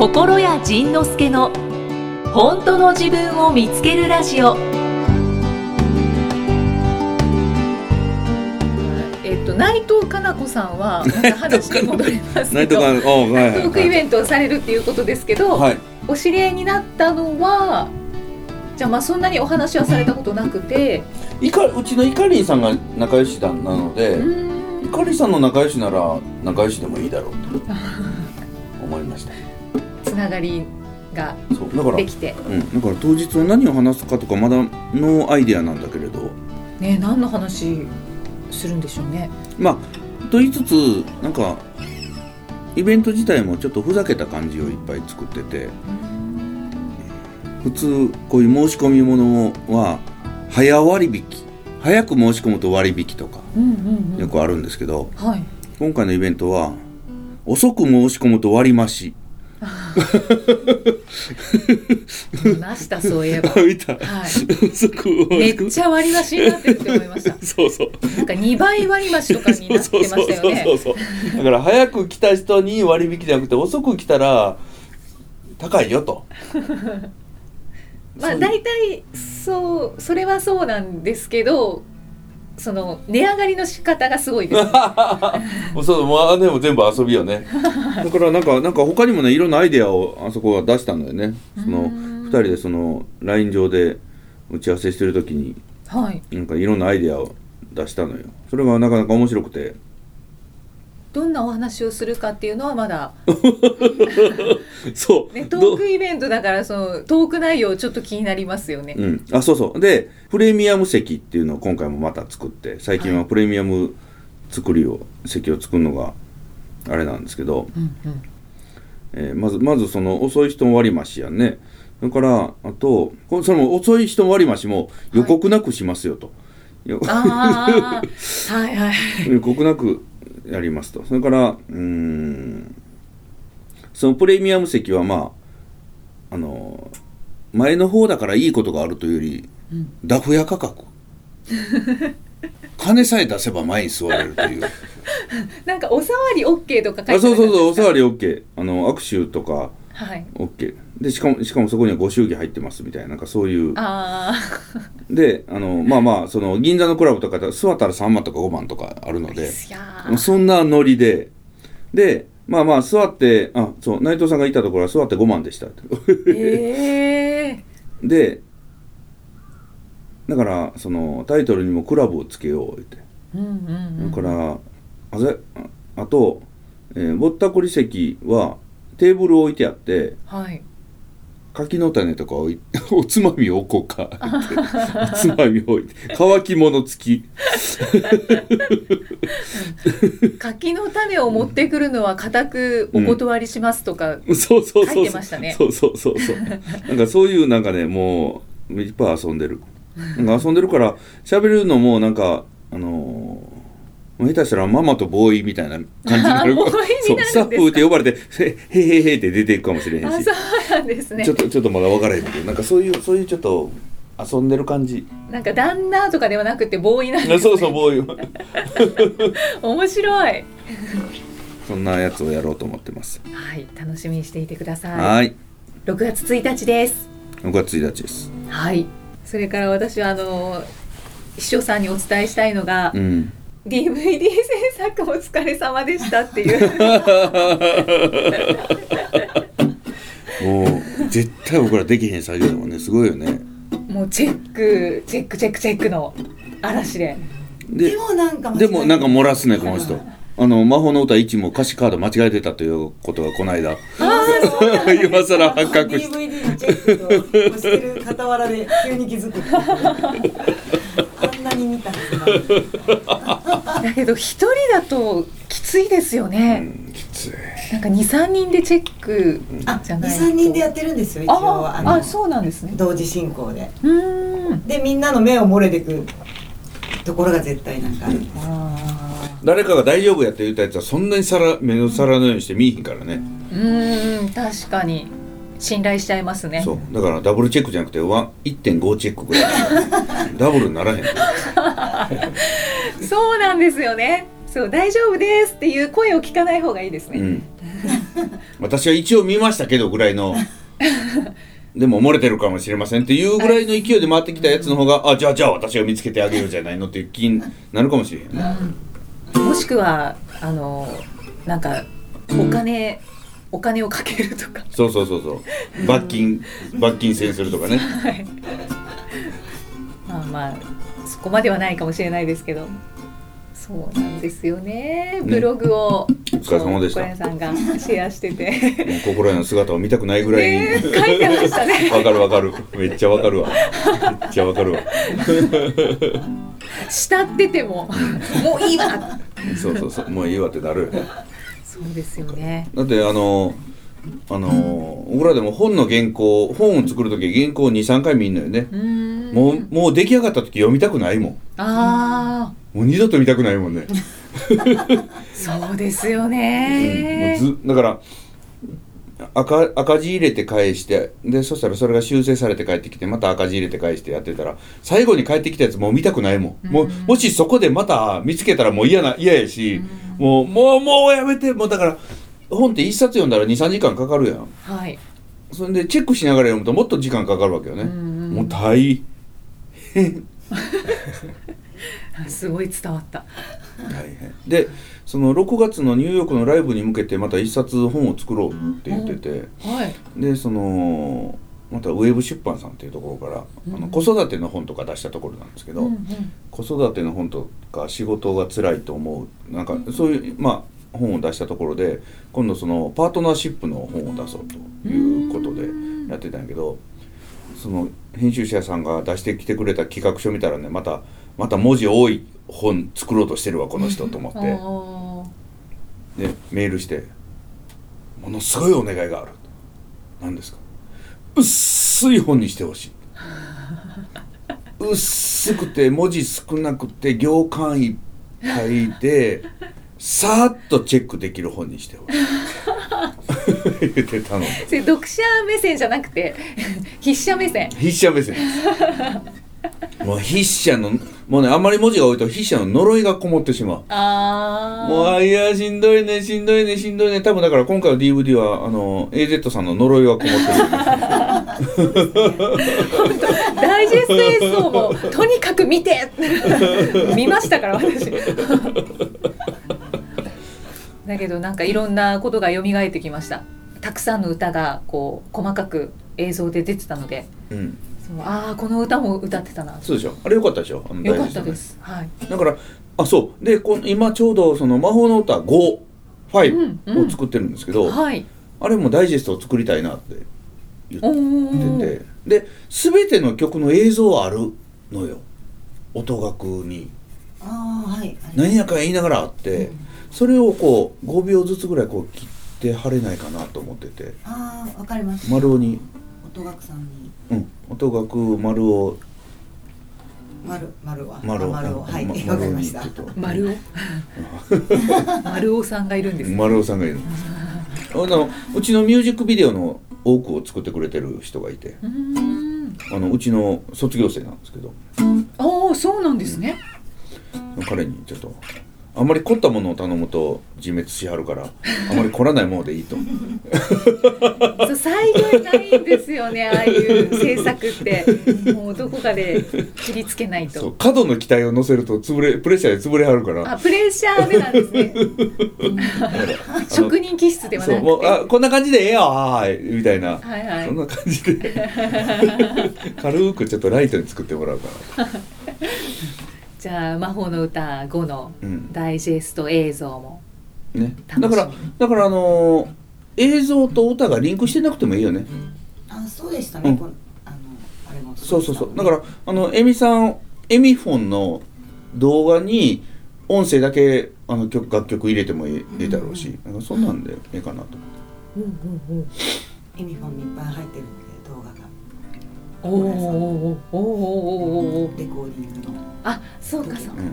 心谷仁之助の本当の自分を見つけるラジオ。内藤かな子さんはまた話に戻りますけどトークイベントをされるっていうことですけど、はい、お知り合いになったのはじゃあ、まあそんなにお話はされたことなくて、 うちのいかりんさんが仲良しなので、いかりんさんの仲良しなら仲良しでもいいだろうと思いました。 つながりができて、 だから当日は何を話すかとかまだのアイデアなんだけれどね、何の話するんでしょうね。 まあと言いつつなんかイベント自体もちょっとふざけた感じをいっぱい作ってて、普通こういう申し込み物は早割引、早く申し込むと割引とかよくあるんですけど、はい、今回のイベントは遅く申し込むと割増し見ました、そういえば見た、はい、 めっちゃ割増しになってるって思いましたそうなんか2倍割増とかになってましたよね。 そうだから早く来た人に割引じゃなくて遅く来たら高いよとまあ大体それはそうなんですけど、その値上がりの仕方がすごいです、ね、 そうまあでも全部遊びよねだからなんか他にもねいろんなアイデアをあそこは出したのよね。その2人でその LINE 上で打ち合わせしてる時に、はい、なんかいろんなアイデアを出したのよ。それがなかなか面白くて、 どんなお話をするかっていうのはまだそう、 ね、トークイベントだからそのトーク内容ちょっと気になりますよね、 そうでプレミアム席っていうのを今回もまた作って、最近はプレミアム席を作るのがあれなんですけど、まずその遅い人割増やね。それからあとその遅い人割増も予告なくしますよと、はい、予告なくやりますと。それからそのプレミアム席はまあ前の方だからいいことがあるというより、ダフ屋価格金さえ出せば前に座れるというなんかおさわり OK とか書いてあるんですか。 そうおさわり OK、 握手とか OK、でしかもそこにはご祝儀入ってますみたいな、なんかそういうでまあその銀座のクラブとかで座ったら3万とか5万とかあるので、そんなノリでまあ座ってそう内藤さんがいたところは座って5万でしたでだからそのタイトルにもクラブをつけようって、だからあと、ぼったくり席はテーブルを置いてあって、はい、柿の種とかおつまみを置こうかっておつまみを置いて乾き物付き柿の種を持ってくるのは固くお断りしますとか書いてましたね。 そうなんかそういうなんかね、もういっぱい遊んでるなんか遊んでるから喋るのもなんか下手したらママとボーイみたいな感じになるスタッフって呼ばれてへって出ていくかもしれへんし、 そうなんですね。 ちょっとまだ分からへんけど、なんかそういうちょっと遊んでる感じ、 なんか旦那とかではなくてボーイなんですね。 そうボーイ面白いそんなやつをやろうと思ってます。 はい、楽しみにしていてください。 はい、 6月1日です。 6月1日です。 はい。それから私は秘書さんにお伝えしたいのが、DVD 制作お疲れ様でしたっていうもう絶対僕らできへん作業だもんね。すごいよね。 もうチェックの嵐ででもなんか漏らすねこの人。魔法の歌1も歌詞カード間違えてたということがこの間今更発覚して DVD のチェックをしてる傍らで急に気づくあんなに見たんですだけど一人だときついですよね、 きつい。 なんか 2,3 人でチェックじゃないと 2,3 人でやってるんですよ一応。 そうなんですね。 同時進行ででみんなの目を漏れてくところが絶対なんかあるんです。 誰かが大丈夫やって言ったやつはそんなに目の皿のようにして見えへんからね。 確かに信頼しちゃいますね。 そうだからダブルチェックじゃなくて 1.5 チェックぐらいダブルにならへんそうなんですよね。そう大丈夫ですっていう声を聞かない方がいいですね、 私は一応見ましたけどぐらいのでも漏れてるかもしれませんっていうぐらいの勢いで回ってきたやつの方が、あ、じゃあ私が見つけてあげようじゃないのっていう気になるかもしれへんね、 もしくはなんかお金をかけるとか、 そう罰金制するとかね、 はい、まあそこまではないかもしれないですけど、そうなんですよね。ブログを、 お疲れ様でした。 心屋さんがシェアしててもう心屋の姿を見たくないぐらいに、 書いてましたね。 わかるめっちゃわかるわ慕っててももういいわそうもういいわってなるよね。 そうですよね。 だって僕らでも本を作るとき原稿を 2,3 回見んのよね。もう出来上がったとき読みたくないもん。もう二度と見たくないもんねそうですよね、 だから赤字入れて返して、でそしたらそれが修正されて帰ってきてまた赤字入れて返してやってたら、最後に帰ってきたやつもう見たくないもん、もしそこでまた見つけたらもう嫌やし、もうやめて。もうだから本って一冊読んだら 2,3 時間かかるやん、 はい、 それでチェックしながら読むともっと時間かかるわけよね、もう大変すごい伝わった。 大変で、その6月のニューヨークのライブに向けてまた一冊本を作ろうって言ってて、でまたウェーブ出版さんっていうところから、子育ての本とか出したところなんですけど、子育ての本とか仕事が辛いと思うなんかそういう本を出したところで、今度そのパートナーシップの本を出そうということでやってたんやけど、その編集者さんが出してきてくれた企画書見たらね、また文字多い本作ろうとしてるわこの人と思って、でメールして「ものすごいお願いがある」何ですか？薄い本にしてほしい薄くて文字少なくて行間いっぱいでさーっとチェックできる本にしてほしい言って頼んだ。 それ読者目線じゃなくて筆者目線もう筆者のもうね、あんまり文字が多いと筆者の呪いがこもってしまう。もういやしんどいね多分だから今回の DVD はAZ さんの呪いがこもってる本当ダイジェスト映像もとにかく見て見ましたから私だけどなんかいろんなことが蘇ってきました。たくさんの歌がこう細かく映像で出てたので、この歌も歌ってたな。 そうでしょ。あれ良かったでしょ。 良かったです。はい。 だからそうで今ちょうどその魔法の歌5を作ってるんですけど、あれもダイジェストを作りたいなって言ってて、で全ての曲の映像あるのよ。音楽に何やか言いながらあって、それをこう5秒ずつぐらいこう切って貼れないかなと思ってて。 わかります。 丸尾に。 音楽さんに。 音楽丸尾丸尾はいわかりました。 丸尾さんがいるんです。 丸尾さんがいる。うちのミュージックビデオの多くを作ってくれてる人がいて、うちの卒業生なんですけど。 そうなんですね。 彼にちょっとあんまり凝ったものを頼むと自滅しはるから、あまり凝らないものでいいとそう再現ないんですよね、ああいう制作ってもうどこかで切りつけないと。 そう過度の期待を乗せるとプレッシャーで潰れはるから。 プレッシャーでなんですね職人気質ではなくて、 もうこんな感じでええよみたいな、そんな感じで軽くちょっとライトに作ってもらうからじゃあ魔法の歌5のダイジェスト映像もね、だから映像と歌がリンクしてなくてもいいよね。 そうでしたね。あれもそうだからエミフォンの動画に音声だけ楽曲入れてもいいだろうし、なんかそんなんでいいかなと思って。 エミフォンにいっぱい入ってるので動画が。 レコーディングの。 そうかそうか。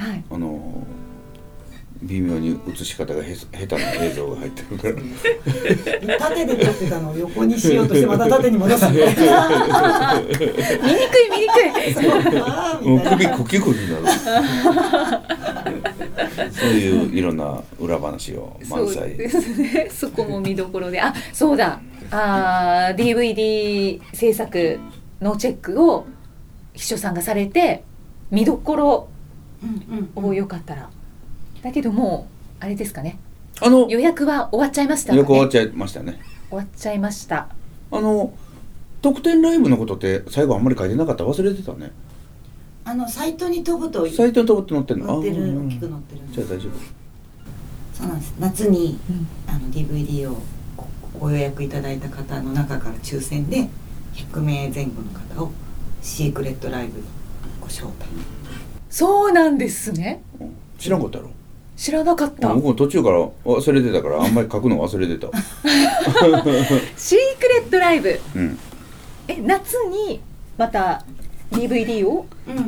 微妙に映し方が下手な映像が入ってるから縦で撮ってたのを横にしようとしてまた縦に戻すみたいな見にくいもう首コキコキになるそういういろんな裏話を満載。 そうですね。そこも見どころで、そうだ、DVD 制作のチェックを秘書さんがされて、見どころをよかったら、だけどもうあれですかね、予約は終わっちゃいましたね。 予約終わっちゃいましたね。 終わっちゃいました。 特典ライブのことって最後あんまり書いてなかった。忘れてたね。 サイトに飛ぶとサイトに飛ぶって載ってるの。 載ってる、大きく載ってる。 じゃあ大丈夫。 そうなんです。夏に、DVD をご予約いただいた方の中から抽選で100名前後の方をシークレットライブご招待。 そうなんですね。 知らんかったやろ。 知らなかった。 僕も途中から忘れてたからあんまり書くの忘れてた。 シークレットライブ、夏にまた DVD を、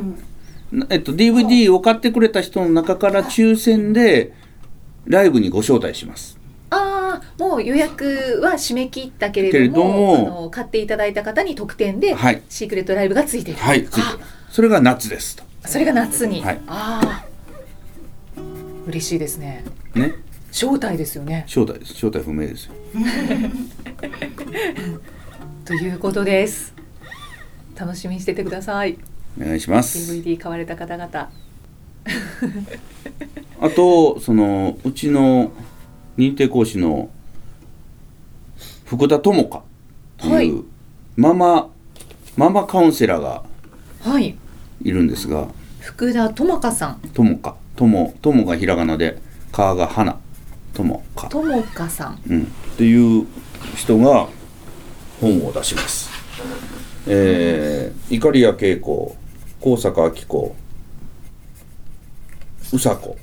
DVD を買ってくれた人の中から抽選でライブにご招待します。 もう予約は締め切ったけれども買っていただいた方に特典で、シークレットライブがついている。 はい、ついてる。それが夏ですと。 それが夏に、嬉しいですね。招待ですよね。 招待です。招待不明ですよ。 ということです。楽しみにしててください。 お願いします。 DVD 買われた方々 あとうちの認定講師の福田智香という、ママカウンセラーがいるんですが、 福田智香さん。 友がひらがなで、かが花、智香さん、 っていう人が本を出します。碇谷恵子、高坂明子、うさこ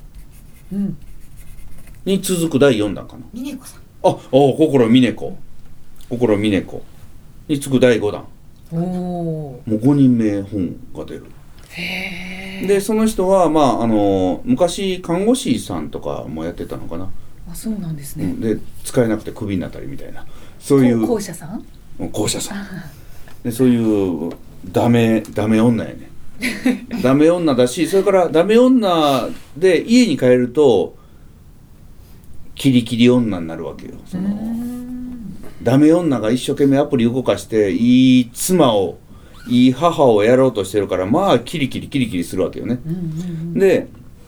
に続く第4弾かな。 峰子さん。 心峰子に次ぐ第5弾。もう5人目本が出る。でその人は昔看護師さんとかもやってたのかな。 そうなんですね。 で使えなくてクビになったりみたいな、そういう校舎さんで、そういうダメ女やね。ダメ女だし、それからダメ女で家に帰るとキリキリ女になるわけよ。ダメ女が一生懸命アプリ動かしていい妻を、いい母をやろうとしてるから、キリキリするわけよね。で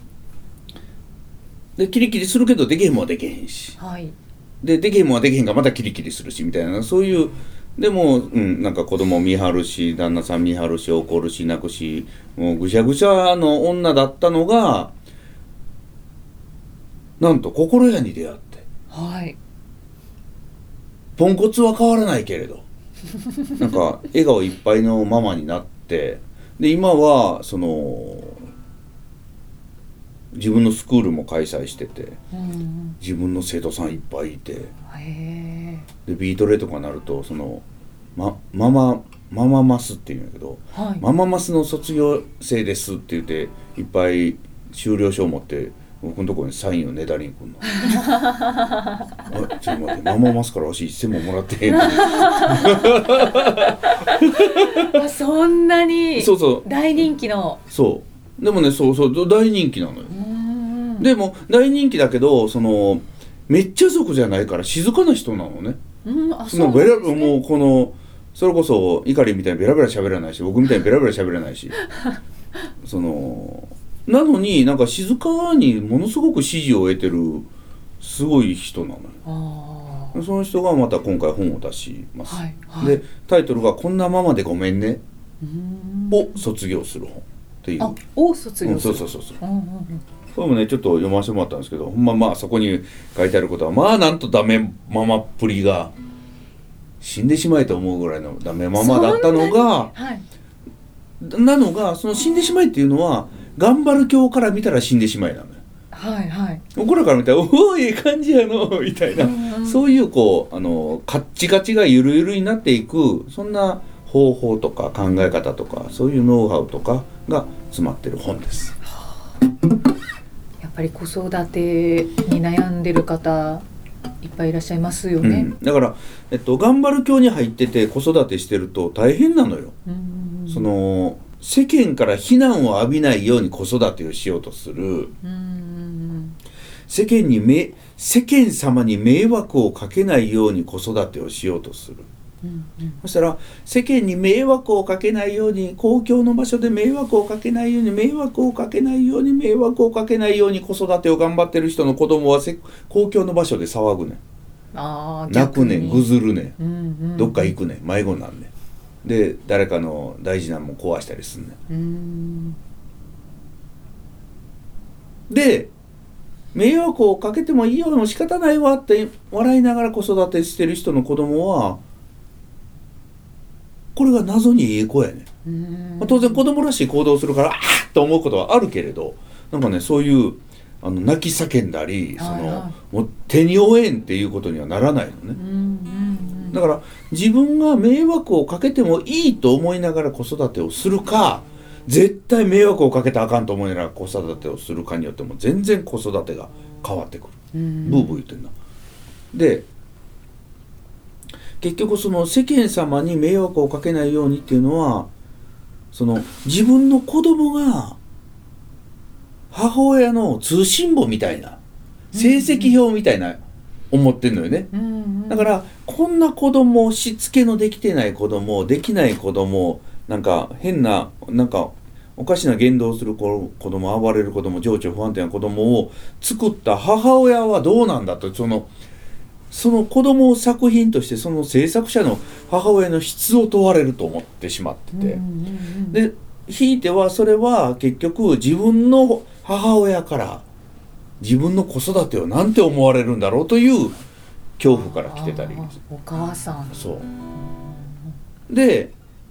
キリキリするけどできへんもんはできへんし、できへんもんはできへんがまたキリキリするしみたいな、そういう。でも、なんか子供見張るし、旦那さん見張るし、怒るし、泣くし、もうぐしゃぐしゃの女だったのが、なんと心屋に出会って、ポンコツは変わらないけれどなんか笑顔いっぱいのママになって、で今は自分のスクールも開催してて、自分の生徒さんいっぱいいて、でビートレとかなるとマママスっていうんだけど、マママスの卒業生ですって言っていっぱい修了証を持って僕のところにサインをねだりに来るの。ちょっと待って、マママスから私1000ももらってへんの。 そんなに大人気の。 でもね、大人気なのよ。でも大人気だけどめっちゃ族じゃないから静かな人なのね。もうそれこそ碇みたいにベラベラ喋らないし、僕みたいにベラベラ喋らないしなのになんか静かにものすごく支持を得てるすごい人なのよ。その人がまた今回本を出します。でタイトルがこんなままでごめんねを卒業する本っていう。 を卒業する。 これもねちょっと読ませてもらったんですけど、そこに書いてあることはなんとダメママっぷりが死んでしまえと思うぐらいのダメママだったのが、なのが死んでしまえっていうのは頑張る教から見たら死んでしまえなのよ。僕らから見たらおおいい感じやのみたいな、そういうカッチカチがゆるゆるになっていく、そんな方法とか考え方とかそういうノウハウとかが詰まってる本です。 やっぱり子育てに悩んでる方いっぱいいらっしゃいますよね。 だから、頑張る教に入ってて子育てしてると大変なのよ。 世間から非難を浴びないように子育てをしようとする。世間様に迷惑をかけないように子育てをしようとする。そしたら世間に迷惑をかけないように、公共の場所で迷惑をかけないように、迷惑をかけないように、迷惑をかけないように子育てを頑張ってる人の子供は公共の場所で騒ぐねん、泣くねん、ぐずるねん、どっか行くねん、迷子になんねん。で誰かの大事なもん壊したりすんねん。で迷惑をかけてもいいよ、もう仕方ないわって笑いながら子育てしてる人の子供はこれが謎にいい子やね。当然子供らしい行動をするからあーっと思うことはあるけれど、なんかねそういう泣き叫んだりもう手に負えんっていうことにはならないのね。だから自分が迷惑をかけてもいいと思いながら子育てをするか、絶対迷惑をかけたらあかんと思いながら子育てをするかによっても全然子育てが変わってくる。ブーブー言ってんな。で結局その世間様に迷惑をかけないようにっていうのは、その自分の子供が母親の通信簿みたいな、成績表みたいな思ってんのよね。だからこんな子供、しつけのできてない子供、できない子供、なんか変な、なんかおかしな言動をする子供、暴れる子供、情緒不安定な子供を作った母親はどうなんだと、その子供を作品としてその制作者の母親の質を問われると思ってしまってて、でひいてはそれは結局自分の母親から自分の子育てをなんて思われるんだろうという恐怖から来てたり、 お母さんそうで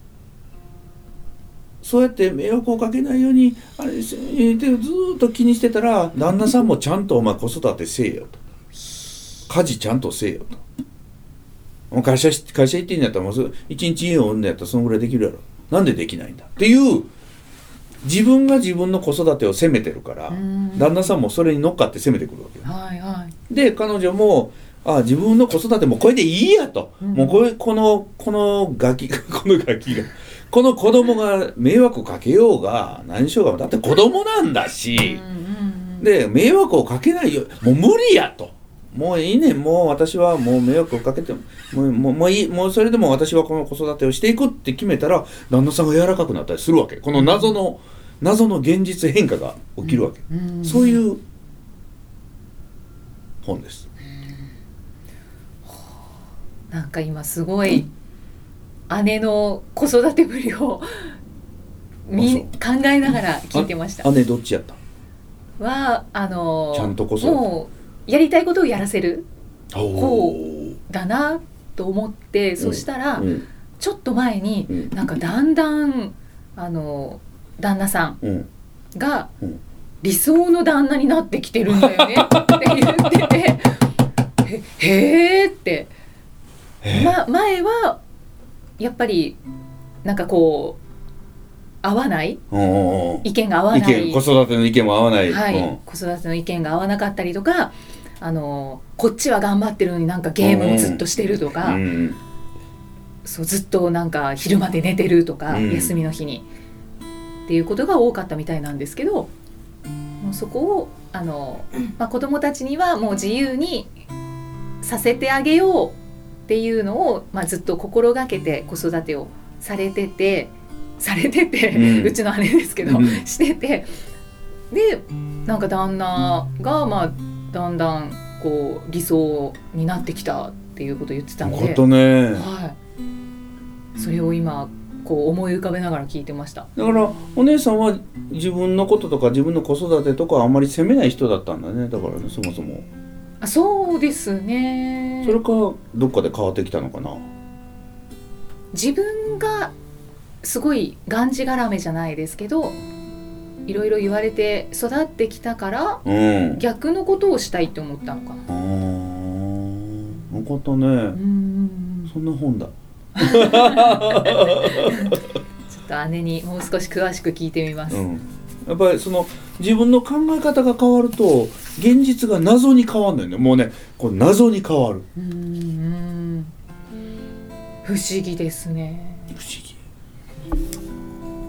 そうやって迷惑をかけないようにあれでずっと気にしてたら、旦那さんもちゃんとお前子育てせえよと、家事ちゃんとせえよと、会社行ってんやったらもう一日家を産んだやったらそのぐらいできるやろ、なんでできないんだっていう、自分が自分の子育てを責めてるから、旦那さんもそれに乗っかって責めてくるわけよ、で彼女も自分の子育てもこれでいいやと、もうこのガキがこの子供が迷惑かけようが何しようがだって子供なんだし、で迷惑をかけないよ、もう無理やと、もういいねん、もう私はもう迷惑をかけてもういい、もうそれでも私はこの子育てをしていくって決めたら旦那さんが柔らかくなったりするわけ。この謎の現実変化が起きるわけ、そういう本です。 なんか今すごい姉の子育てぶりを考えながら聞いてました。 姉どっちやったはちゃんと子育てもうやりたいことをやらせる子だなと思って、そしたら、ちょっと前に、なんかだんだん旦那さんが理想の旦那になってきてるんだよねって言っててへーって、前はやっぱりなんかこう合わない、意見が合わない、 子育ての意見も合わない、 子育ての意見が合わなかったりとか、こっちは頑張ってるのになんかゲームをずっとしてるとか、そうずっとなんか昼まで寝てるとか、休みの日にっていうことが多かったみたいなんですけど、もうそこを子どもたちにはもう自由にさせてあげようっていうのを、ずっと心がけて子育てをされてて、うちの姉ですけど、してて、でなんか旦那がだんだんこう理想になってきたっていうことを言ってたので、 よかったね、 それを今こう思い浮かべながら聞いてました。 だからお姉さんは自分のこととか自分の子育てとかあんまり責めない人だったんだね。だからね、そもそもそうですね。 それかどっかで変わってきたのかな。 自分がすごいがんじがらめじゃないですけど、いろいろ言われて育ってきたから、逆のことをしたいって思ったのかな。 よかったね。そんな本だ。ちょっと姉にもう少し詳しく聞いてみます。 やっぱりその自分の考え方が変わると現実が謎に変わるんだよね。もうね、こう謎に変わる。 不思議ですね。 不思議。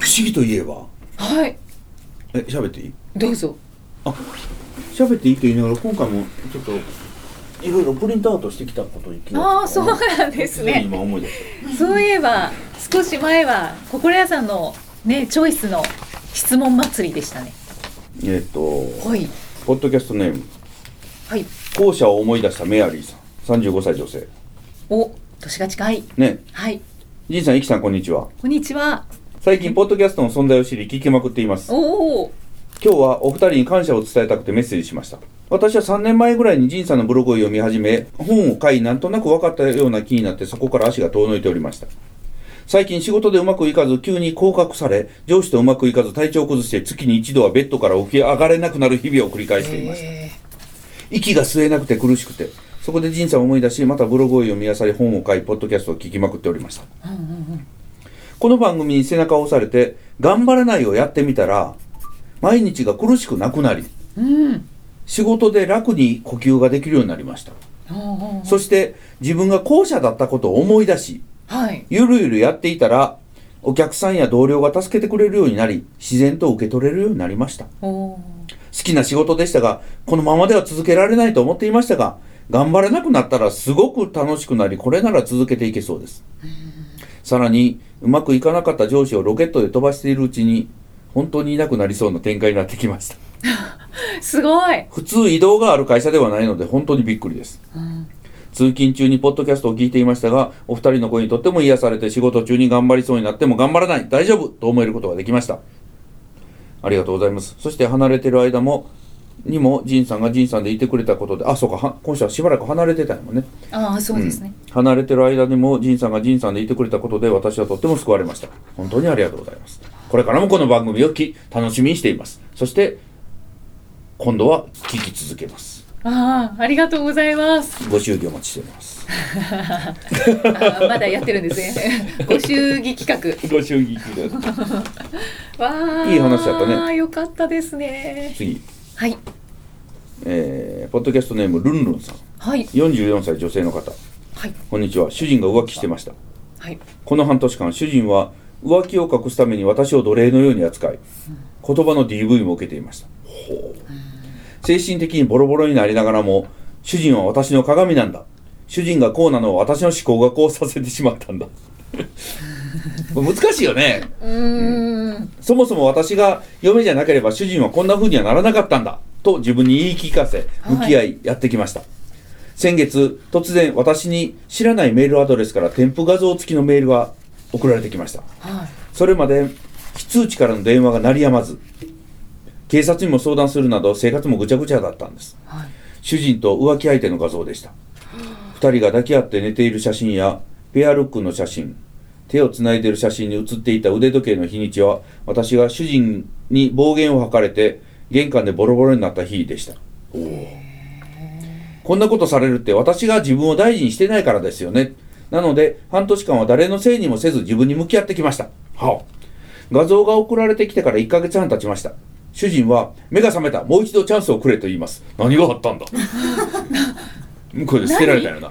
不思議といえば、 はい、 喋っていい？ どうぞ。 喋っていいと言いながら今回もちょっといろいろプリントアウトしてきたことに気がついた。 そうなんですね。 今思い出した。 そういえば少し前は心屋さんのねチョイスの質問祭りでしたね。 はい、ポッドキャストネーム、 はい、 後者を思い出したメアリーさん、35歳女性。 年が近いね。 はい。 ジンさん、イキさん、こんにちは。 こんにちは。 最近ポッドキャストの存在を知り聞きまくっています。 今日はお二人に感謝を伝えたくてメッセージしました。私は3年前ぐらいにジンさんのブログを読み始め、本を買い、なんとなく分かったような気になって、そこから足が遠のいておりました。最近仕事でうまくいかず、急に降格され、上司とうまくいかず体調を崩して、月に一度はベッドから起き上がれなくなる日々を繰り返していました。息が吸えなくて苦しくて、そこでジンさんを思い出し、またブログを読み漁り、本を買い、ポッドキャストを聞きまくっておりました。この番組に背中を押されて、頑張らないをやってみたら、毎日が苦しくなくなり、仕事で楽に呼吸ができるようになりました。そして自分が後者だったことを思い出し、ゆるゆるやっていたらお客さんや同僚が助けてくれるようになり、自然と受け取れるようになりました。好きな仕事でしたが、このままでは続けられないと思っていましたが、頑張れなくなったらすごく楽しくなり、これなら続けていけそうです。さらにうまくいかなかった上司をロケットで飛ばしているうちに、本当にいなくなりそうな展開になってきましたすごい。 普通移動がある会社ではないので本当にびっくりです、通勤中にポッドキャストを聞いていましたが、お二人の声にとっても癒されて、仕事中に頑張りそうになっても頑張らない、大丈夫と思えることができました。ありがとうございます。そして離れている間にもジンさんがジンさんでいてくれたことで、そうか、今週はしばらく離れてたもんね。 そうですね、 離れてる間にもジンさんがジンさんでいてくれたことで、私はとっても救われました。本当にありがとうございます。これからもこの番組を楽しみにしています。そして今度は聞き続けます。 ありがとうございます。 ご祝儀お待ちしておりますまだやってるんですねご祝儀企画ご祝儀企画いい話だったね。 よかったですね。 次、 はい、 ポッドキャストネームルンルンさん、44歳女性の方、こんにちは。主人が浮気してました。この半年間、主人は浮気を隠すために私を奴隷のように扱い、言葉の DV も受けていました。精神的にボロボロになりながらも、主人は私の鏡なんだ、主人がこうなのを私の思考がこうさせてしまったんだ難しいよね。そもそも私が嫁じゃなければ主人はこんな風にはならなかったんだと自分に言い聞かせ、向き合いやってきました。先月突然私に知らないメールアドレスから添付画像付きのメールが送られてきました。それまで非通知からの電話が鳴りやまず、警察にも相談するなど生活もぐちゃぐちゃだったんです。主人と浮気相手の画像でした。2人が抱き合って寝ている写真やペアルックの写真、手をつないでいる写真に写っていた腕時計の日にちは、私が主人に暴言を吐かれて玄関でボロボロになった日でした。こんなことされるって私が自分を大事にしてないからですよね。なので半年間は誰のせいにもせず自分に向き合ってきました。画像が送られてきてから1ヶ月半経ちました。主人は目が覚めた、もう一度チャンスをくれと言います。何があったんだ向こうで捨てられたよな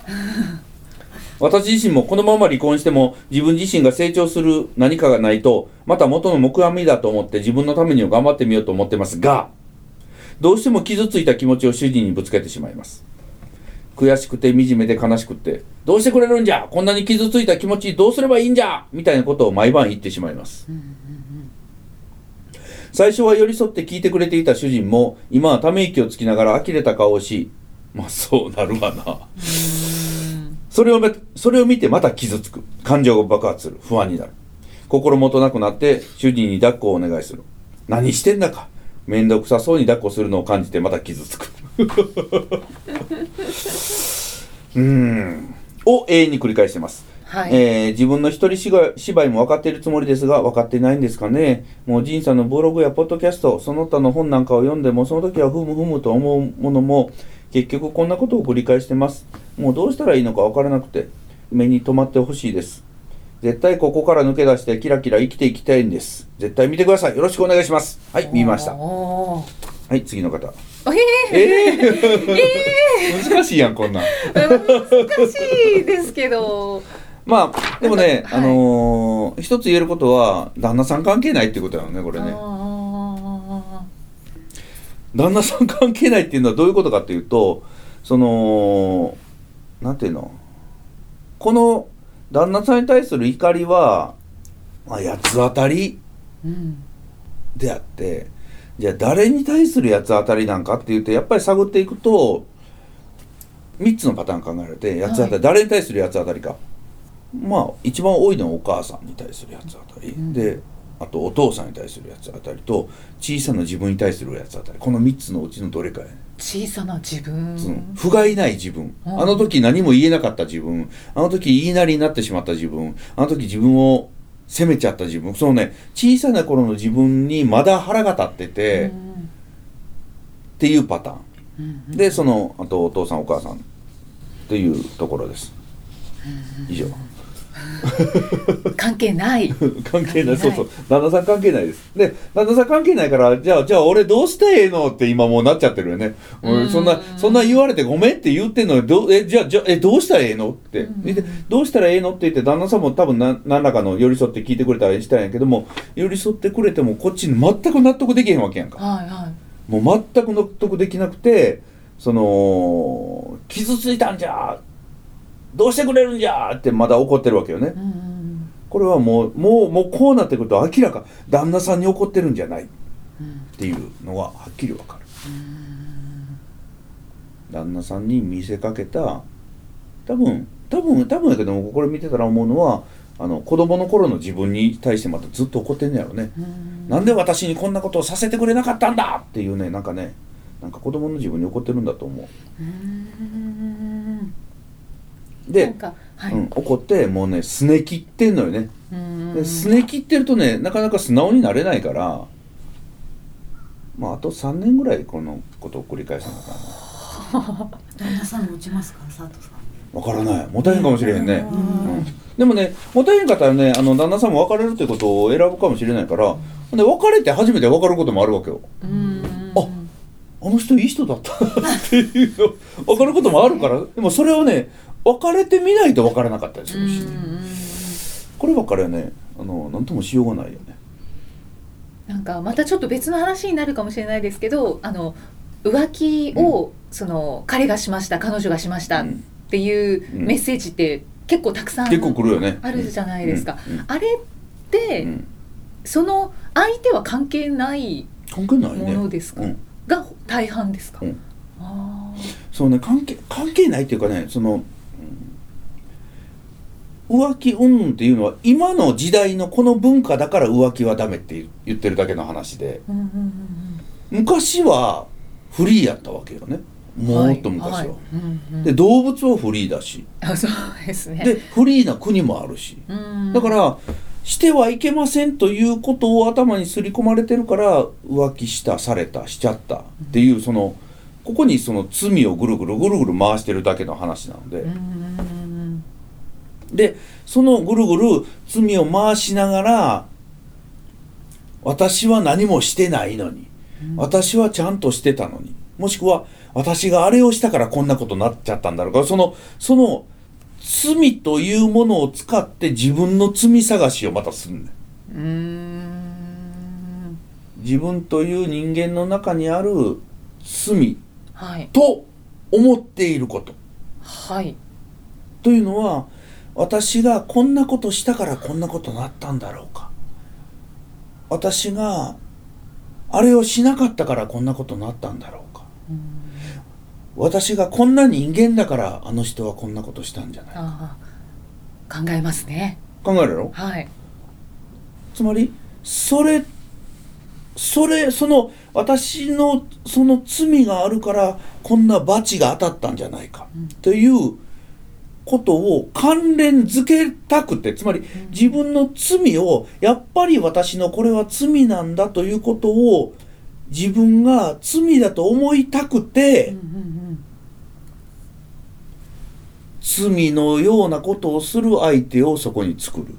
私自身もこのまま離婚しても自分自身が成長する何かがないと、また元の木阿弥だと思って自分のために頑張ってみようと思ってますが、どうしても傷ついた気持ちを主人にぶつけてしまいます。悔しくて惨めで悲しくて、どうしてくれるんじゃ、こんなに傷ついた気持ちどうすればいいんじゃみたいなことを毎晩言ってしまいます。最初は寄り添って聞いてくれていた主人も今はため息をつきながら呆れた顔をし、そうなるわなそれを見てまた傷つく、感情が爆発する、不安になる、心もとなくなって主人に抱っこをお願いする。何してんだか、面倒くさそうに抱っこするのを感じてまた傷つくを永遠に繰り返してます。自分の一人芝居も分かっているつもりですが、分かってないんですかね。もうジンさんのブログやポッドキャスト、その他の本なんかを読んでも、その時はふむふむと思うものも結局こんなことを繰り返してます。もうどうしたらいいのか分からなくて目に留まってほしいです。絶対ここから抜け出してキラキラ生きていきたいんです。絶対見てください。よろしくお願いします。はい、見ました。はい、次の方。難しいやん、こんなん難しいですけど、 まあでもね、はい、一つ言えることは旦那さん関係ないっていうことだよねこれね。旦那さん関係ないっていうのはどういうことかっていうと、そのなんていうの、この旦那さんに対する怒りは、まあ、八つ当たりであって、じゃあ誰に対する八つ当たりなんかっていうと、やっぱり探っていくと3つのパターン考えられて、八つ当たり、はい、誰に対する八つ当たりか、まあ一番多いのはお母さんに対する八つ当たり、であとお父さんに対する八つ当たりと小さな自分に対する八つ当たり、この3つのうちのどれかやね。 小さな自分、 不甲斐ない自分、あの時何も言えなかった自分、あの時言いなりになってしまった自分、あの時自分を責めちゃった自分、そのね小さな頃の自分にまだ腹が立ってて、っていうパターン、でそのあとお父さんお母さんっていうところです。以上。 関係ない関係ない、そうそう、旦那さん関係ないです。で旦那さん関係ないから、じゃあ俺どうしたらええのって今もうなっちゃってるよね。そんな言われてごめんって言ってんのにどうしたらええのって、どうしたらええのって言って、旦那さんも多分何らかの寄り添って聞いてくれたらしたんやけども、寄り添ってくれてもこっちに全く納得できへんわけやんか、はいはい、もう全く納得できなくて、その傷ついたんじゃ、どうしてくれるんじゃってまだ怒ってるわけよね。これはもうこうなってくると明らか旦那さんに怒ってるんじゃないっていうのははっきりわかる。旦那さんに見せかけた、多分やけども、これ見てたら思うのは、子供の頃の自分に対してまたずっと怒ってんねやろね。なんで私にこんなことをさせてくれなかったんだっていうね、なんか子供の自分に怒ってるんだと思う。で、はい、怒ってもうねすね切ってんのよね。ですね切ってるとね、なかなか素直になれないから、まああと3年ぐらいこのことを繰り返さなかな。 旦那さん持ちますか、佐藤さん。 わからない、持たへんかもしれへんね。でもね、持たへんかったらね、旦那さんも別れるということを選ぶかもしれないから、で別れて初めて分かることもあるわけよ。あの人いい人だったっていうの分かることもあるから。でもそれはね、別れてみないと分からなかったりするし、こればっかりはね、何ともしようがないよね。 なんかまたちょっと別の話になるかもしれないですけど、浮気を、彼がしました、彼女がしましたっていうメッセージって結構たくさん、 結構来るよね、 あるじゃないですか。あれって、その相手は関係ないものですか、が大半ですか。 そうね、関係ないっていうかね、浮気云々っていうのは今の時代のこの文化だから浮気はダメって言ってるだけの話で、昔はフリーやったわけよね。もっと昔は、で動物はフリーだし、 そうですね、 でフリーな国もあるし、だからしてはいけませんということを頭にすり込まれてるから、浮気したされたしちゃったっていう、ここにその罪をぐるぐる回してるだけの話なので、でそのぐるぐる罪を回しながら、私は何もしてないのに、私はちゃんとしてたのに、もしくは私があれをしたからこんなことになっちゃったんだろうか、その罪というものを使って自分の罪探しをまたするね。自分という人間の中にある罪と思っていること、というのは、私がこんなことしたからこんなことになったんだろうか、私があれをしなかったからこんなことになったんだろうか、私がこんな人間だからあの人はこんなことしたんじゃないか。 考えますね。 考えるやろ。つまりその私のその罪があるからこんな罰が当たったんじゃないか、ということを関連づけたくて、つまり自分の罪を、やっぱり私のこれは罪なんだということを自分が罪だと思いたくて、罪のようなことをする相手をそこに作る。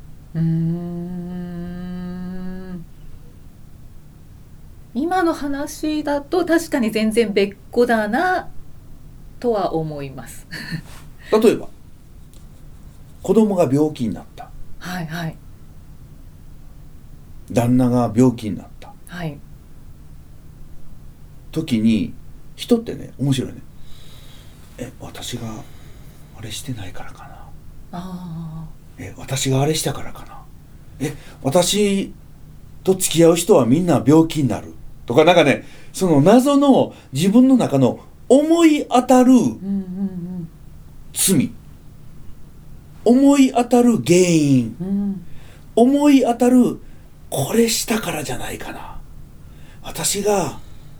今の話だと確かに全然別個だなとは思います。 例えば子供が病気になった、 はいはい、 旦那が病気になった、 はい、 時に人ってね面白いね。私があれしてないからかな、私があれしたからかな、私と付き合う人はみんな病気になるとか、なんかね、その謎の自分の中の思い当たる罪、思い当たる原因、思い当たるこれしたからじゃないかな、私が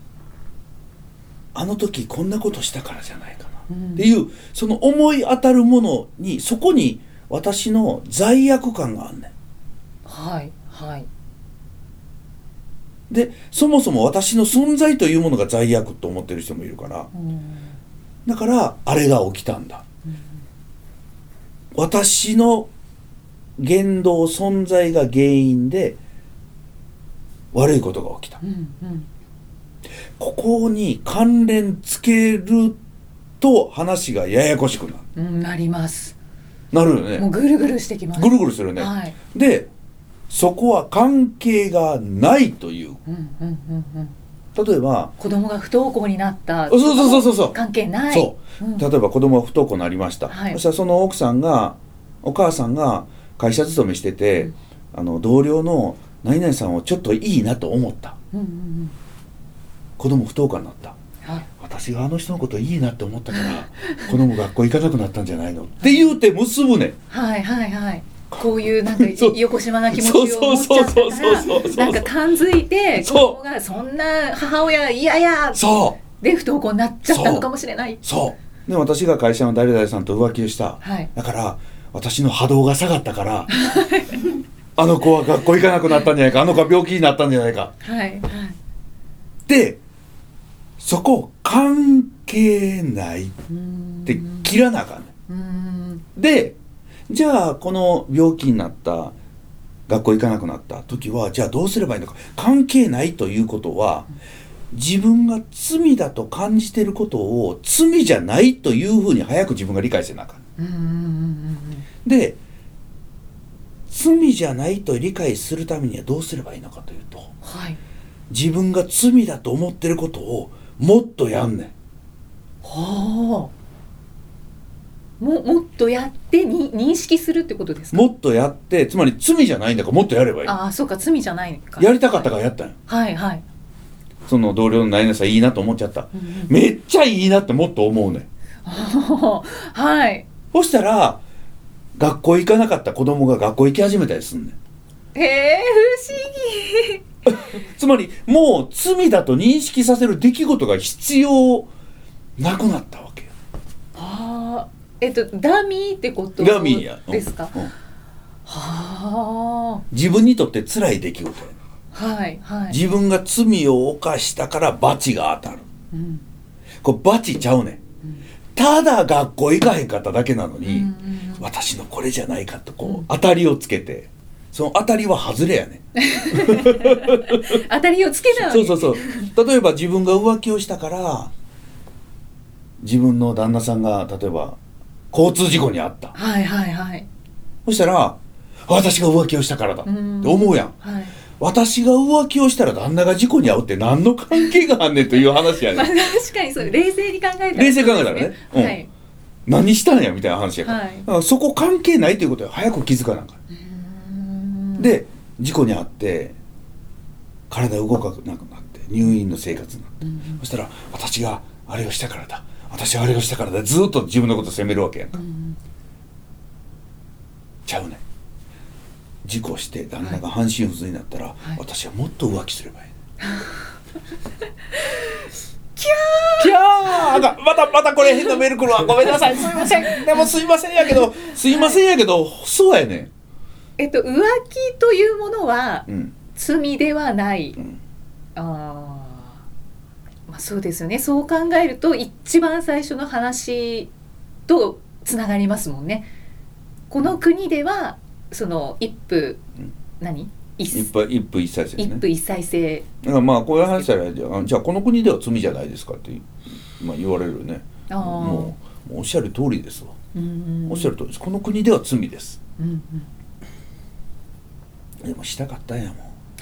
あの時こんなことしたからじゃないかな、っていうその思い当たるものに、そこに私の罪悪感があんねん。 はいはい。 でそもそも私の存在というものが罪悪と思ってる人もいるから、だからあれが起きたんだ、私の言動存在が原因で悪いことが起きた、ここに関連つけると話がややこしくなる、 なります。 なるよね。 もうぐるぐるしてきます。 ぐるぐるするよね、 はい、 でそこは関係がないという、例えば子供が不登校になった、 そう関係ない。 そう、例えば子供が不登校になりました、そしたらそのお母さんが会社勤めしてて、同僚の何々さんをちょっといいなと思った、子供不登校になった、私があの人のこといいなって思ったから子供学校行かなくなったんじゃないのって言うて結ぶね。 はいはいはい。こういうなんかよこしまな気持ちを持っちゃったからなんか感づいて子供がそんな母親嫌やで不登校になっちゃったのかもしれない。 そうで私が会社の誰々さんと浮気をした、だから私の波動が下がったからあの子は学校行かなくなったんじゃないか、あの子は病気になったんじゃないか、でそこ関係ないって切らなあかんね。でじゃあこの病気になった学校行かなくなった時はじゃあどうすればいいのか。関係ないということは自分が罪だと感じていることを罪じゃないというふうに早く自分が理解せなあかん。で罪じゃないと理解するためにはどうすればいいのかというと、自分が罪だと思っていることをもっとやんねん。 もっとやって認識するってことですか。 もっとやって、つまり罪じゃないんだからもっとやればいい。 ああそうか、罪じゃないか。 やりたかったからやったんよ。 はいはい。 その同僚の何々さんいいなと思っちゃった、めっちゃいいなってもっと思うねんはい。 そしたら学校行かなかった子供が学校行き始めたりすんねん。 不思議つまりもう罪だと認識させる出来事が必要なくなったわけよ。 ダミーってことダミーやですか。 自分にとって辛い出来事や、自分が罪を犯したから罰が当たる、これ罰ちゃうねん、ただ学校行かへんかっただけなのに、私のこれじゃないかとこう当たりをつけて、その当たりは外れやねん当たりをつけない。 そう例えば自分が浮気をしたから自分の旦那さんが例えば交通事故に遭った、そしたら私が浮気をしたからだって思うやん、私が浮気をしたら旦那が事故に遭うって何の関係があんねんという話やねん確かにそう、冷静に考えたら、 冷静に考えたらね、何したんやみたいな話やから、だからそこ関係ないということは早く気づかなあかん。で事故に遭って体動かなくなって入院の生活になって、そしたら私があれをしたからだ、私はあれをしたからだ、ずっと自分のことを責めるわけやんか、ちゃうねん。事故して旦那が半身不随になったら、私はもっと浮気すればいいキャーまたこれ変なメール来るわ、ごめんなさい、すいません、でもすいませんやけどそうやねん。 浮気というものは罪ではない、そうですよね。そう考えると一番最初の話とつながりますもんね。この国ではその一夫一夫一妻制ね。一夫一妻制だからまあこういう話したらじゃあこの国では罪じゃないですかって、言われるよね。もうおっしゃる通りですわ。 おっしゃる通りです。この国では罪です、でもしたかったんや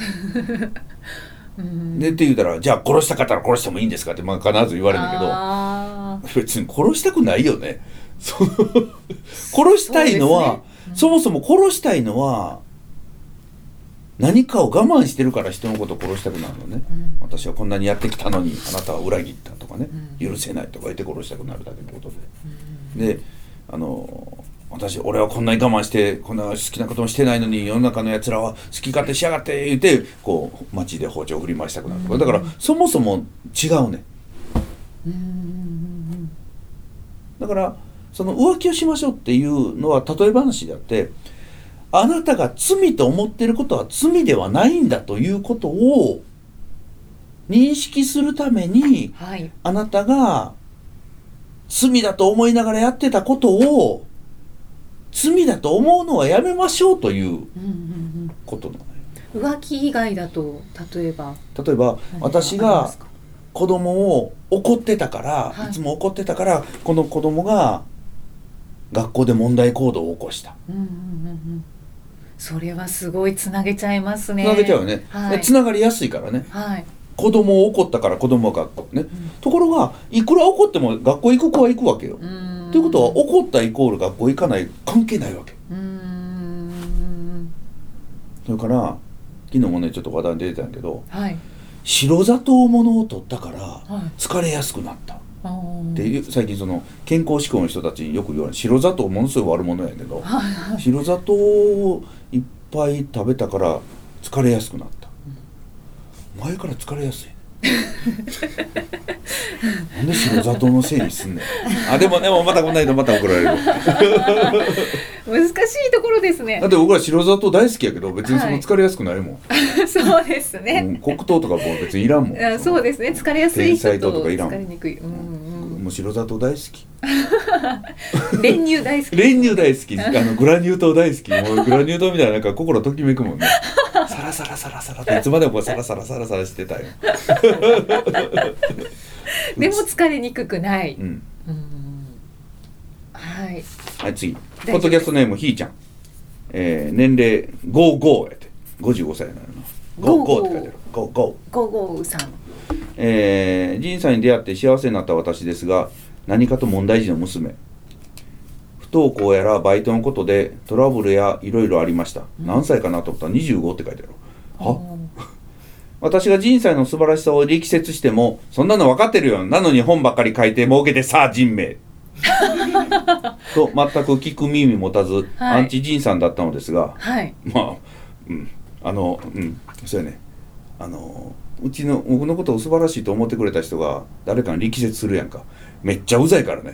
もんでって言うたら、じゃあ殺したかったら殺してもいいんですかって、必ず言われるんだけど、別に殺したくないよね。殺したいのは そもそも殺したいのは何かを我慢してるから人のことを殺したくなるのね、私はこんなにやってきたのにあなたは裏切ったとかね、許せないとか言って殺したくなるだけのことで、で俺はこんなに我慢してこんな好きなこともしてないのに世の中のやつらは好き勝手しやがって言ってこう街で包丁を振り回したくなるとか、だからそもそも違うね。だからその浮気をしましょうっていうのは例え話であって、あなたが罪と思っていることは罪ではないんだということを認識するために、あなたが罪だと思いながらやってたことを罪だと思うのはやめましょうということなのよ。 浮気以外だと例えば私が子供を怒ってたから、いつも怒ってたからこの子供が学校で問題行動を起こした、 それはすごいつなげちゃいますね。 つなげちゃうよね、つながりやすいからね、子供を怒ったから子供が学校ね、ところがいくら怒っても学校行く子は行くわけよ。ということは怒ったイコール学校行かない関係ないわけ。それから昨日もねちょっと話題に出てたんやけど、白砂糖ものを取ったから疲れやすくなった、っていう最近その健康志向の人たちによく言われる。白砂糖ものすごい悪者やけど、白砂糖をいっぱい食べたから疲れやすくなった、前から疲れやすいなんで白砂糖のせいにすんねん。でもまたこんな人また怒られる難しいところですね。 だって僕ら白砂糖大好きやけど別にその疲れやすくないもん、 そうですね、 黒糖とかも別にいらんもん。 そうですね、疲れやすい人ととかいらん疲れにくい、 もう白砂糖大好き練乳大好き、 練乳大好きグラニュー糖大好き。もうグラニュー糖みたいな、なんか心ときめくもんねサラサラサラサラっていつまでもサラサラサラサラしてたよでも疲れにくくない、 次ポッドキャストネームひーちゃん、年齢55やって55歳になるな。55って書いてある。 55さん、 仁さんに出会って幸せになった私ですが、何かと問題児の娘、不登校やらバイトのことでトラブルやいろいろありました、何歳かなと思ったら25って書いてある。私が人生の素晴らしさを力説してもそんなの分かってるよ、なのに本ばっかり書いて儲けてさあ人命と全く聞く耳持たず、アンチ仁さんだったのですが、そうやね、僕のことを素晴らしいと思ってくれた人が誰かに力説するやんか、めっちゃうざいからね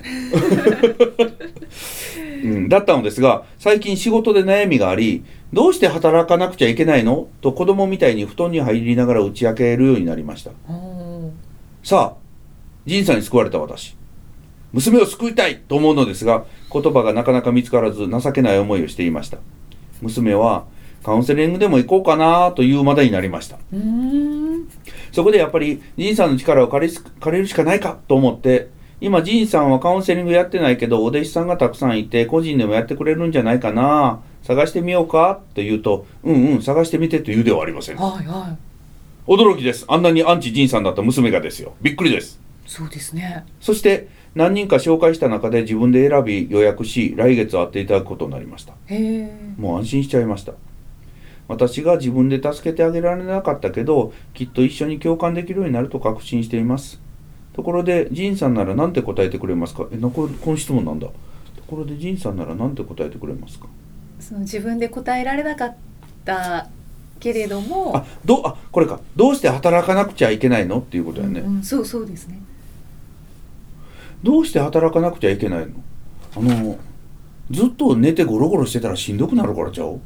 だったのですが、最近仕事で悩みがあり、どうして働かなくちゃいけないのと子供みたいに布団に入りながら打ち明けるようになりました。さあ仁さんに救われた私、娘を救いたいと思うのですが、言葉がなかなか見つからず情けない思いをしていました。娘はカウンセリングでも行こうかなというまでになりました。そこでやっぱり仁さんの力を借りるしかないかと思って、今仁さんはカウンセリングやってないけどお弟子さんがたくさんいて個人でもやってくれるんじゃないかな、探してみようかと言うと、探してみてと言うではありませんか。驚きです。あんなにアンチ仁さんだった娘がですよ。びっくりです。 そうですね。 そして何人か紹介した中で自分で選び予約し、来月会っていただくことになりました。もう安心しちゃいました。私が自分で助けてあげられなかったけど、きっと一緒に共感できるようになると確信しています。ところで仁さんなら何て答えてくれますか。この質問なんだ。ところで仁さんなら何て答えてくれますか。 その自分で答えられなかったけれども、 これか、どうして働かなくちゃいけないのっていうことやね。 そうですね。 どうして働かなくちゃいけないの。ずっと寝てゴロゴロしてたらしんどくなるからちゃう。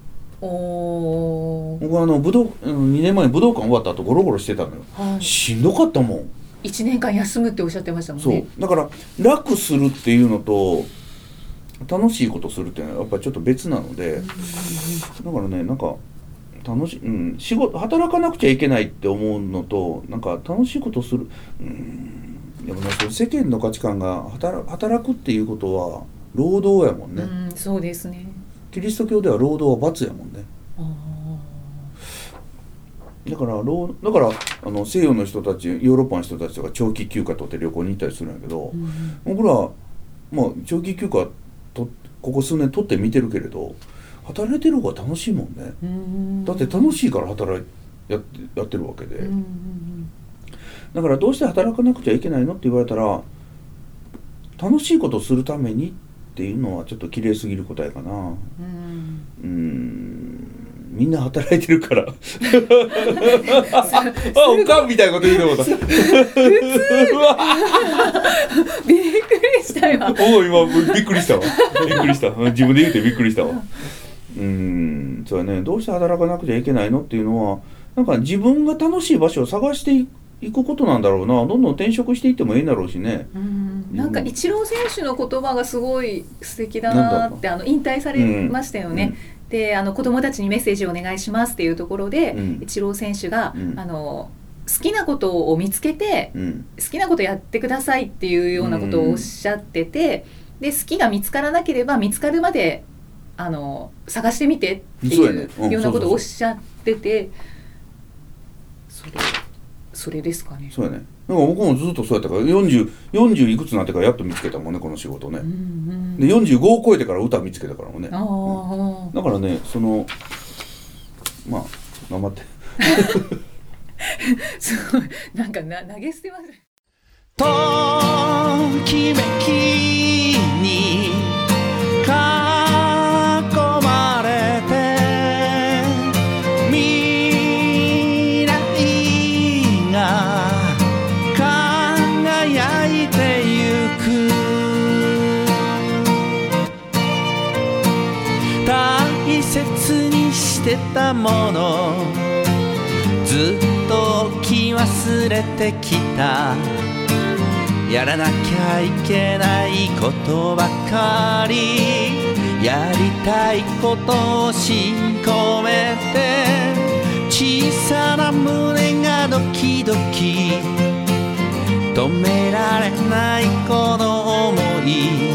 僕は2年前に武道館終わった後ゴロゴロしてたのよ、しんどかったもん。 1年間休むっておっしゃってましたもんね。 そうだから楽するっていうのと楽しいことするっていうのはやっぱりちょっと別なので、だからね、なんか楽しい、仕事働かなくちゃいけないって思うのと、なんか楽しいことする、でもね、世間の価値観が働くっていうことは労働やもんね、 そうですね。 キリスト教では労働は罰やもんね。だから西洋の人たち、ヨーロッパの人たちとか長期休暇取って旅行に行ったりするんやけど、僕らは長期休暇ここ数年取って見てるけれど、働いてる方が楽しいもんね。だって楽しいからやってるわけで、だからどうして働かなくちゃいけないのって言われたら、楽しいことをするためにっていうのはちょっと綺麗すぎる答えかな。みんな働いてるからおかんみたいなこと言うのもだ普通びっくりしたよ。 今びっくりしたわ自分で言うてびっくりしたわ。そうやね、どうして働かなくちゃいけないのっていうのは、なんか自分が楽しい場所を探していくことなんだろうな。どんどん転職していってもいいんだろうしね。 なんかイチロー選手の言葉がすごい素敵だなって、引退されましたよね。で子どもたちにメッセージをお願いしますっていうところで、イチロー選手が、好きなことを見つけて、好きなことやってくださいっていうようなことをおっしゃってて、で好きが見つからなければ見つかるまで探してみてっていうようなことをおっしゃってて、それですかね。 そうやね。なんか僕もずっとそうやったから、40いくつになってからやっと見つけたもんね、この仕事ね。で45を超えてから歌見つけたからもね。だからね、頑張ってすごいなんか投げ捨てます。 ときめきに囲まれて未来が輝いてゆく、大切にしてたものずっと置き忘れてきた、やらなきゃいけないことばかり、やりたいことをし込めて、小さな胸がドキドキ、止められないこの想い、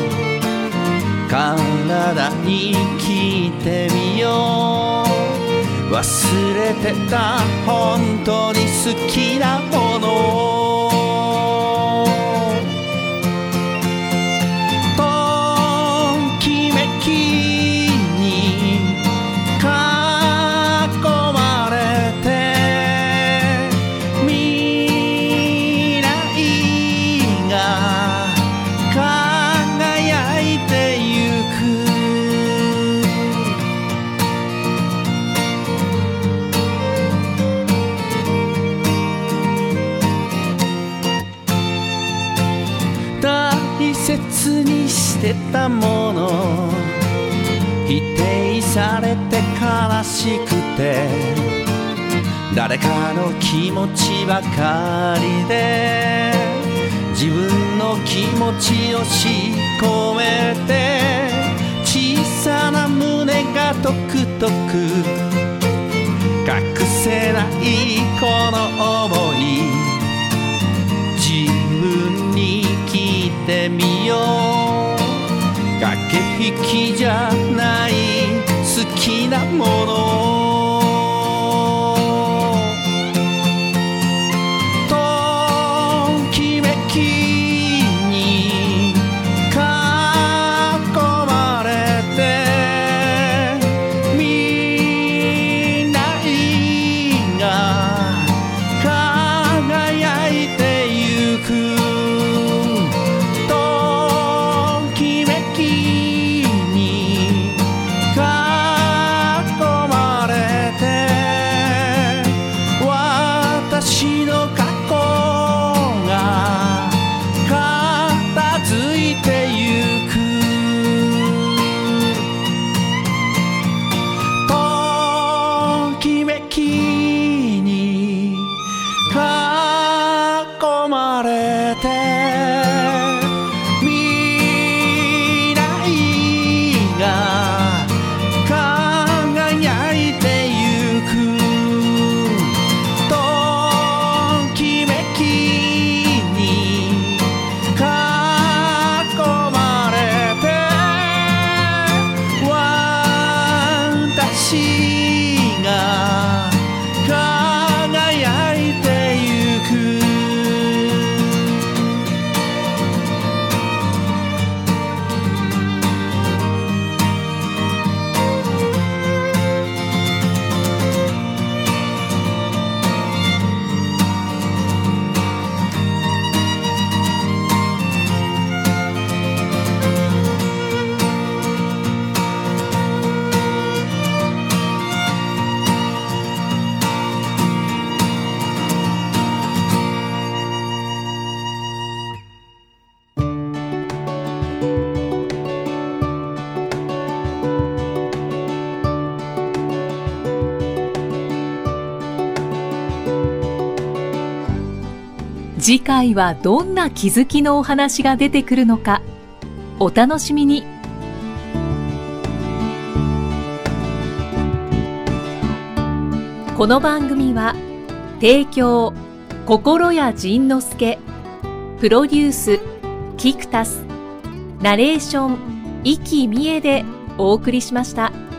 体に聞いてみよう。忘れてた本当に好きなものを、ときめきに囲まれて未来が輝いてゆく、大切にしてたもの、否定されて悲しくて、誰かの気持ちばかりで自分の気持ちを仕込めて、小さな胸がトクトク、隠せないこの想い、自分に聞いてみよう。駆け引きじゃない好きなもの、ときめきに囲まれて未来が輝いてゆく、ときめきに囲まれて、私の過去が片付いてゆく、ときめきに囲まれて未来が輝いてゆく、ときめきに囲まれて次回はどんな気づきのお話が出てくるのか、お楽しみに。この番組は提供心谷仁之助、プロデュースキクタス、ナレーション生きみえでお送りしました。